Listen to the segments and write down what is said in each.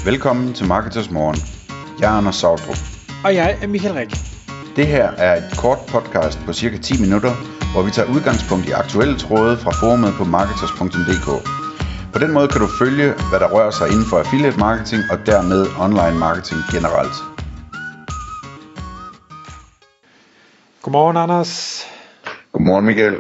Velkommen til Marketers Morgen. Jeg er Anders Sautrup. Og jeg er Michael Rik. Det her er et kort podcast på cirka 10 minutter, hvor vi tager udgangspunkt i aktuelle tråde fra forumet på marketers.dk. På den måde kan du følge, hvad der rører sig inden for affiliate marketing og dermed online marketing generelt. Godmorgen, Anders. Godmorgen, Michael.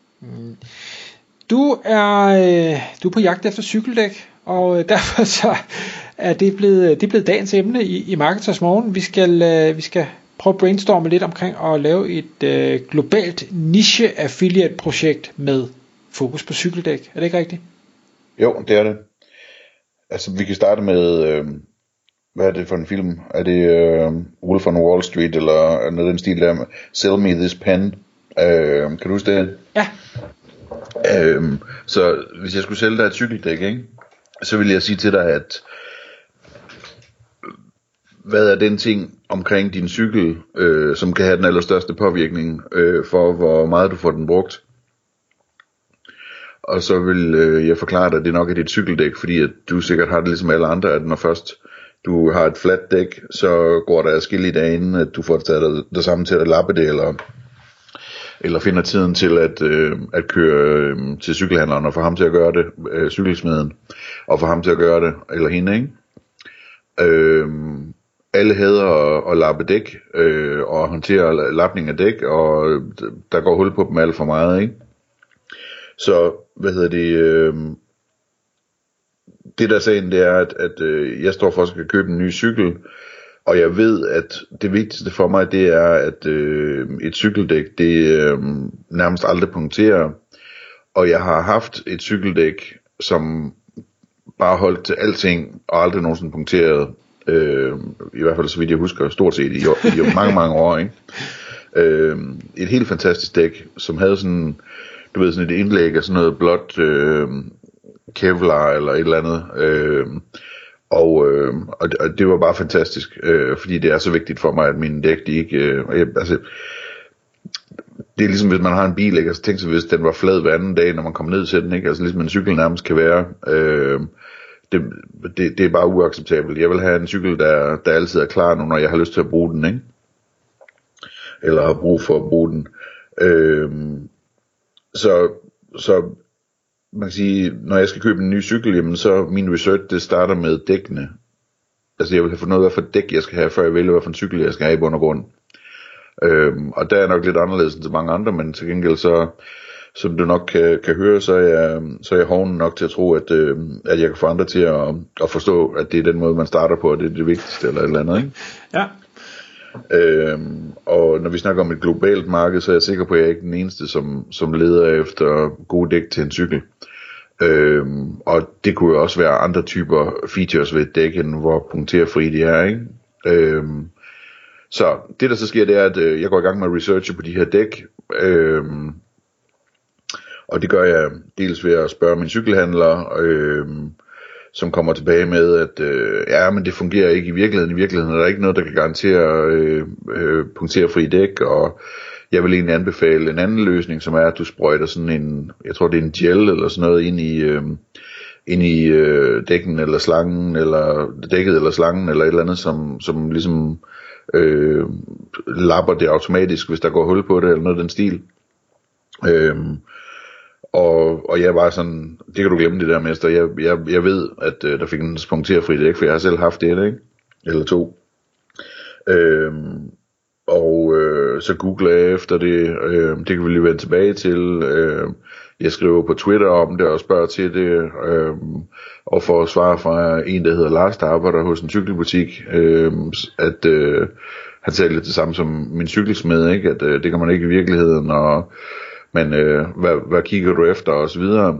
Du er på jagt efter cykeldæk, og derfor så er det blevet dagens emne i Marketers Morgen. Vi skal prøve at brainstorme lidt omkring at lave et globalt niche affiliate projekt med fokus på cykeldæk. Er det ikke rigtigt? Jo, det er det. Altså, vi kan starte med, hvad er det for en film? Er det Wolf on Wall Street, eller noget den stil der? Sell me this pen. Kan du huske det? Ja. Så hvis jeg skulle sælge dig et cykeldæk, ikke? Så vil jeg sige til dig, at hvad er den ting omkring din cykel, som kan have den allerstørste påvirkning for, hvor meget du får den brugt? Og så vil jeg forklare dig, at det nok er dit cykeldæk, fordi at du sikkert har det ligesom alle andre, at når først du har et fladt dæk, så går der adskillige dage inden, at du får det samme til at lappe det, eller finder tiden til at køre til cykelhandleren og få ham til at gøre det, cykelsmeden, og få ham til at gøre det, eller hende, ikke? Alle hader at lappe dæk, og håndtere lapning af dæk, og der går hul på dem alt for meget, ikke? Så, det der sagen, det er, at jeg står for at skal købe en ny cykel, og jeg ved, at det vigtigste for mig, det er, at et cykeldæk, det nærmest aldrig punkterer. Og jeg har haft et cykeldæk, som bare holdt til alting, og aldrig nogensinde punkteret. I hvert fald så vidt jeg husker, stort set i mange år, ikke? Et helt fantastisk dæk, som havde sådan, du ved, sådan et indlæg af sådan noget blåt Kevlar eller et eller andet. Og det var bare fantastisk, fordi det er så vigtigt for mig, at mine dæk, de ikke, det er ligesom hvis man har en bil, ikke? Altså tænk sig, hvis den var flad hver anden dag, når man kommer ned til den, ikke? Altså ligesom en cykel nærmest kan være, det er bare uacceptabelt. Jeg vil have en cykel, der altid er klar nu, når jeg har lyst til at bruge den, ikke? Eller har brug for at bruge den. Så man kan sige, når jeg skal købe en ny cykel, jamen så min research, det starter med dækkene. Altså jeg vil have fundet ud af, hvad for dæk jeg skal have, før jeg vælger, hvad for en cykel jeg skal have i bund og grund. Og der er nok lidt anderledes end til mange andre, men til gengæld så, som du nok kan høre, så er jeg hoven nok til at tro, at jeg kan få andre til at forstå, at det er den måde, man starter på, og det er det vigtigste, eller et eller andet, ikke? Ja. Og når vi snakker om et globalt marked, så er jeg sikker på, at jeg er ikke den eneste, som leder efter gode dæk til en cykel. Og det kunne jo også være andre typer features ved et dæk, end hvor punkterfri de er, ikke? Så det der så sker, det er, at jeg går i gang med at researche på de her dæk, og det gør jeg dels ved at spørge min cykelhandler, som kommer tilbage med, at men det fungerer ikke i virkeligheden. I virkeligheden er der ikke noget, der kan garantere punkterfri dæk, og jeg vil egentlig anbefale en anden løsning, som er, at du sprøjter sådan en, jeg tror det er en gel eller sådan noget ind i dækken eller slangen, eller dækket eller slangen, eller et eller andet, som ligesom lapper det automatisk, hvis der går hul på det, eller noget af den stil. Og jeg var sådan, det kan du glemme det der, mester. Jeg ved, at der fik en punkterfri dæk, for jeg har selv haft det, ikke? Eller to. Så googler jeg efter det. Det kan vi lige vende tilbage til. Jeg skriver på Twitter om det og spørger til det. Og får svar fra en, der hedder Lars, der arbejder hos en cykelbutik, at han sagde lidt det samme som min cykelsmed, ikke? At det kan man ikke i virkeligheden, men hvad kigger du efter, og så videre.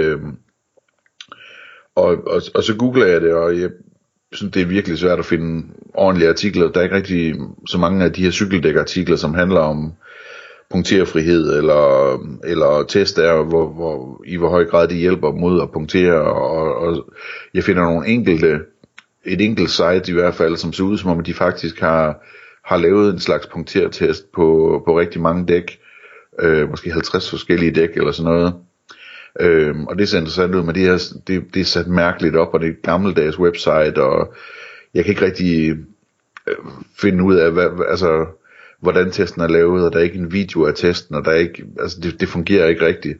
Og så googler jeg det, og jeg synes, det er virkelig svært at finde ordentlige artikler. Der er ikke rigtig så mange af de her cykeldækartikler, som handler om punkterfrihed, eller test af, hvor høj grad de hjælper mod at punktere, og jeg finder et enkelt site i hvert fald, som ser ud som om, de faktisk har lavet en slags punktertest på rigtig mange dæk, måske 50 forskellige dæk eller sådan noget. Og det ser interessant ud, men det er sat mærkeligt op, og det er et gammeldags website, og jeg kan ikke rigtig finde ud af, hvordan testen er lavet, og der er ikke en video af testen, og der er ikke, det fungerer ikke rigtigt.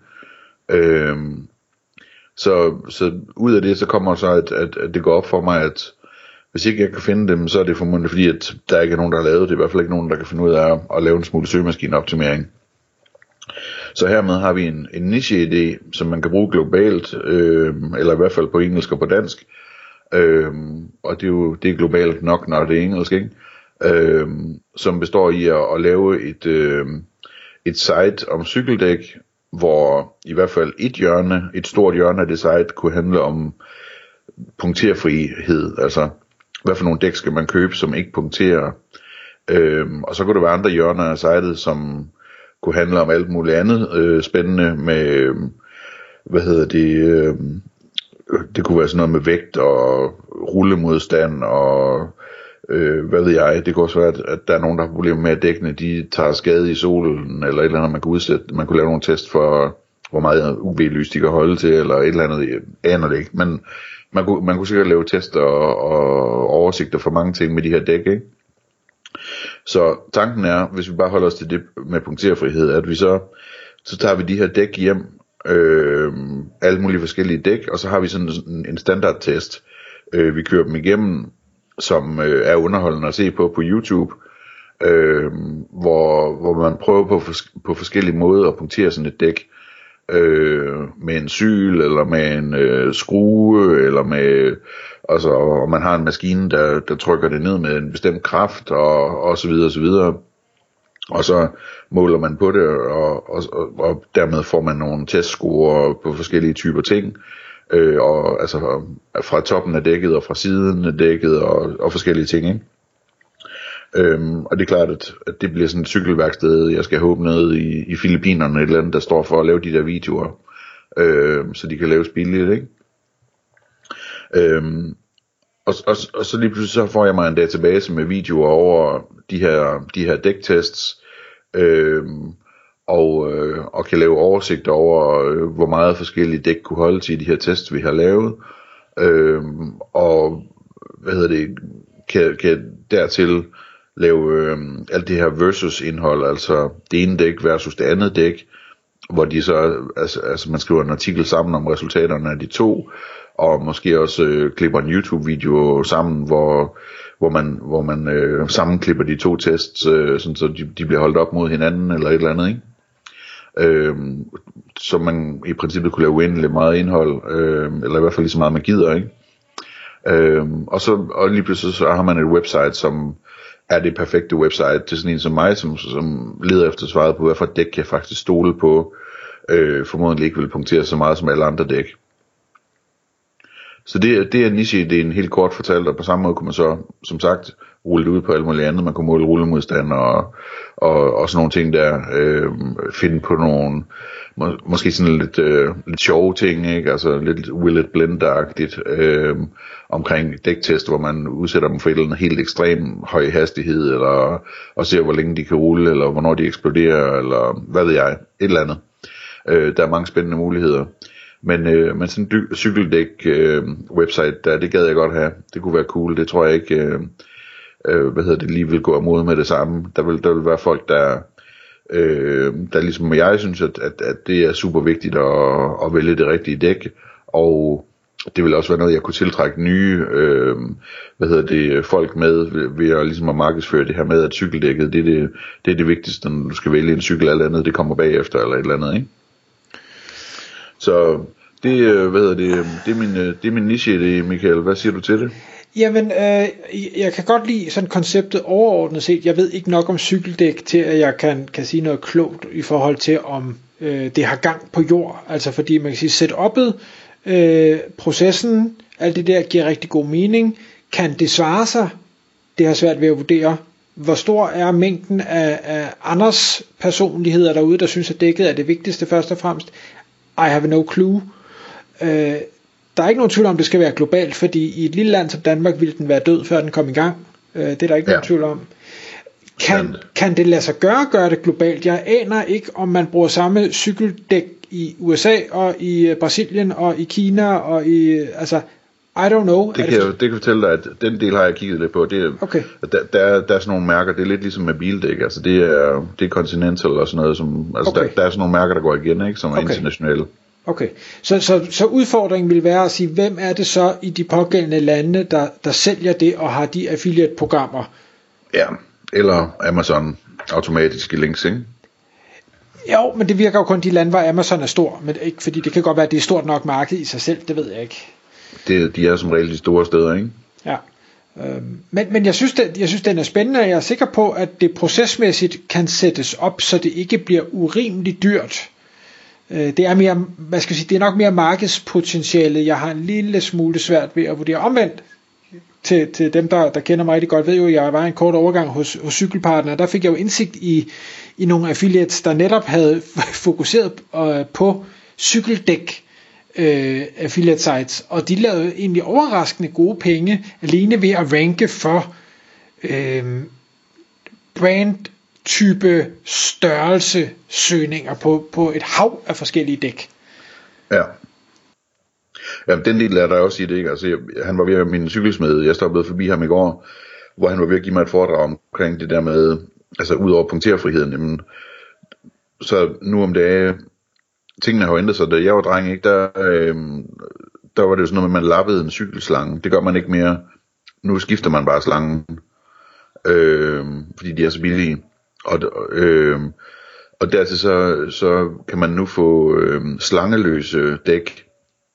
Så ud af det, så kommer så, at det går op for mig, at hvis ikke jeg kan finde dem, så er det formodentlig fordi, at der ikke er nogen, der har lavet det. I hvert fald ikke nogen, der kan finde ud af at lave en smule søgemaskineoptimering. Så hermed har vi en niche-idé, som man kan bruge globalt, eller i hvert fald på engelsk og på dansk. Og det er globalt nok, når det er engelsk, ikke? Som består i at lave et site om cykeldæk, hvor i hvert fald et stort hjørne af det site kunne handle om punkterfrihed, altså hvad for nogle dæk skal man købe, som ikke punkterer. Og så kunne der være andre hjørner af sitet, som kunne handle om alt muligt andet spændende med, det kunne være sådan noget med vægt og rullemodstand og hvad ved jeg. Det kunne også være, at der er nogen, der har problemer med, at dækkene de tager skade i solen, eller et eller andet, man kunne udsætte. Man kunne lave nogle test for, hvor meget UV-lys de kan holde til, eller et eller andet, jeg aner det ikke. Men man kunne sikkert lave tester og oversigter for mange ting med de her dæk, ikke? Så tanken er, hvis vi bare holder os til det med punkterfrihed, at vi så tager vi de her dæk hjem, alle mulige forskellige dæk, og så har vi sådan en standardtest. Vi kører dem igennem, som er underholdende at se på YouTube, hvor man prøver på forskellige måder at punktere sådan et dæk, med en syl, eller med en skrue, eller med, og man har en maskine, der trykker det ned med en bestemt kraft, og så videre, og så videre. Og så måler man på det, og dermed får man nogle testscore på forskellige typer ting, og altså fra toppen af dækket, og fra siden af dækket, og forskellige ting, ikke? Og det er klart, at det bliver sådan et cykelværksted, jeg skal håbe nede i Filippinerne, et eller andet, der står for at lave de der videoer, så de kan laves billigt, ikke? Og så lige pludselig så får jeg mig en database med videoer over de her dæktests, og kan lave oversigt over, hvor meget forskellige dæk kunne holde til de her tests, vi har lavet, og kan dertil lave alt det her versus indhold, altså det ene dæk versus det andet dæk, hvor de så, altså man skriver en artikel sammen om resultaterne af de to, og måske også klipper en YouTube-video sammen, hvor man sammenklipper de to tests, sådan så de bliver holdt op mod hinanden, eller et eller andet, ikke? Så man i princippet kunne lave uendeligt meget indhold, eller i hvert fald lige så meget man gider, ikke? Og lige pludselig så har man et website, som er det perfekte website til sådan en som mig, som leder efter svaret på, hvad for et dæk kan jeg faktisk stole på, formodentlig ikke vil punktere så meget som alle andre dæk. Så det er niche-ideen helt kort fortalt, og på samme måde kunne man så, som sagt, rulle det ud på alt muligt andet. Man kunne måle rullemodstand og sådan nogle ting der, finde på nogle, måske sådan lidt sjove ting, ikke? Altså lidt Will It Blend-agtigt, omkring dæktest, hvor man udsætter dem for et eller andet helt ekstrem høj hastighed, eller og ser hvor længe de kan rulle, eller hvornår de eksploderer, eller hvad ved jeg, et eller andet. Der er mange spændende muligheder. Men sådan en cykeldæk website der, det gad jeg godt have. Det kunne være cool. Det tror jeg ikke lige vil gå imod med det samme. Der vil være folk der ligesom jeg synes at det er super vigtigt at vælge det rigtige dæk, og det vil også være noget jeg kunne tiltrække nye folk med ved at ligesom at markedsføre det her med at cykeldækket det er det vigtigste, når du skal vælge en cykel. Alt andet det kommer bagefter eller et eller andet, ikke? Så det er min niche-idé, Michael. Hvad siger du til det? Jamen, jeg kan godt lide sådan konceptet overordnet set. Jeg ved ikke nok om cykeldæk til, at jeg kan sige noget klogt i forhold til, om det har gang på jord. Altså fordi man kan sige, setup'et, processen, alt det der giver rigtig god mening. Kan det svare sig? Det har svært ved at vurdere. Hvor stor er mængden af andres personligheder derude, der synes, at dækket er det vigtigste først og fremmest? I have no clue. Der er ikke nogen tvivl om, det skal være globalt, fordi i et lille land som Danmark ville den være død, før den kom i gang. Det er der ikke nogen tvivl om. Kan det lade sig gøre det globalt? Jeg aner ikke, om man bruger samme cykeldæk i USA og i Brasilien og i Kina og i, altså, I don't know. Det kan fortælle dig, at den del har jeg kigget lidt på. Det er, okay. Der er sådan nogle mærker, det er lidt ligesom med bildæk, altså det er Continental og sådan noget, som, altså okay. der er sådan nogle mærker, der går igen, ikke, som er internationale. Okay, så udfordringen vil være at sige, hvem er det så i de pågældende lande, der sælger det og har de affiliate-programmer? Ja, eller Amazon automatiske links, ikke? Jo, men det virker jo kun de lande, hvor Amazon er stor, men ikke, fordi det kan godt være, at det er stort nok marked i sig selv, det ved jeg ikke. De er som regel de store steder, ikke? Ja, men jeg synes, den er spændende, og jeg er sikker på, at det procesmæssigt kan sættes op, så det ikke bliver urimeligt dyrt. Det er mere, det er nok mere markedspotentiale, jeg har en lille smule svært ved at vurdere. Omvendt til dem, der kender mig rigtig godt, ved jo, at jeg var en kort overgang hos Cykelpartner, der fik jeg jo indsigt i nogle affiliates, der netop havde fokuseret på cykeldæk affiliate sites, og de lavede egentlig overraskende gode penge, alene ved at ranke for brand-type størrelse søgninger på et hav af forskellige dæk. Ja. Jamen, den del er der også i det, ikke? Altså, han var ved at min cykelsmed, jeg stoppede forbi ham i går, hvor han var ved at give mig et foredrag omkring det der med, altså ud over punkterfriheden, jamen, så nu om dagen, tingene har jo ændret sig. Da jeg var dreng, ikke, der var det jo sådan noget med, at man lappede en cykelslange. Det gør man ikke mere. Nu skifter man bare slangen, fordi de er så billige. Og dertil så kan man nu få slangeløse dæk.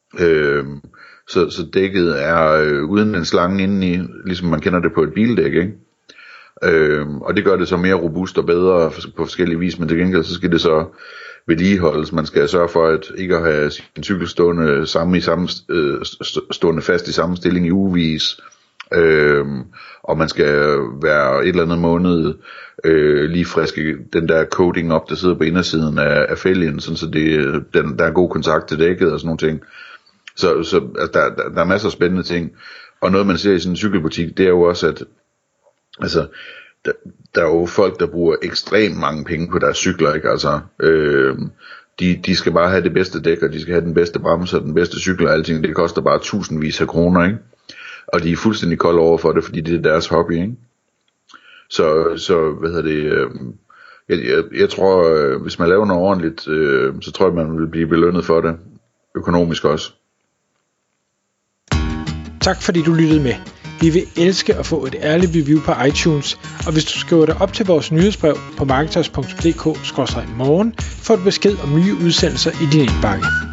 Så dækket er uden en slange indeni, ligesom man kender det på et bildæk, ikke? Og det gør det så mere robust og bedre på forskellige vis, men til gengæld så skal det så vedligeholdes. Man skal sørge for at ikke at have sin cykel stående stående fast i samme stilling i ugevis, og man skal være et eller andet måned lige friske den der coating op, der sidder på indersiden af fælgen, sådan så der er god kontakt til dækket og sådan nogle ting. Så altså, der er masser af spændende ting. Og noget man ser i sådan en cykelbutik, det er jo også, at altså, der er jo folk, der bruger ekstremt mange penge på deres cykler, ikke? Altså, de skal bare have det bedste dæk, og de skal have den bedste bremse og den bedste cykel og alting. Det koster bare tusindvis af kroner, ikke? Og de er fuldstændig kolde over for det, fordi det er deres hobby, ikke? Så hvad hedder det? Jeg tror, hvis man laver noget ordentligt, så tror jeg, man vil blive belønnet for det, økonomisk også. Tak fordi du lyttede med. Vi vil elske at få et ærligt review på iTunes, og hvis du skriver dig op til vores nyhedsbrev på marketers.dk/morgen, får du besked om nye udsendelser i din indbakke.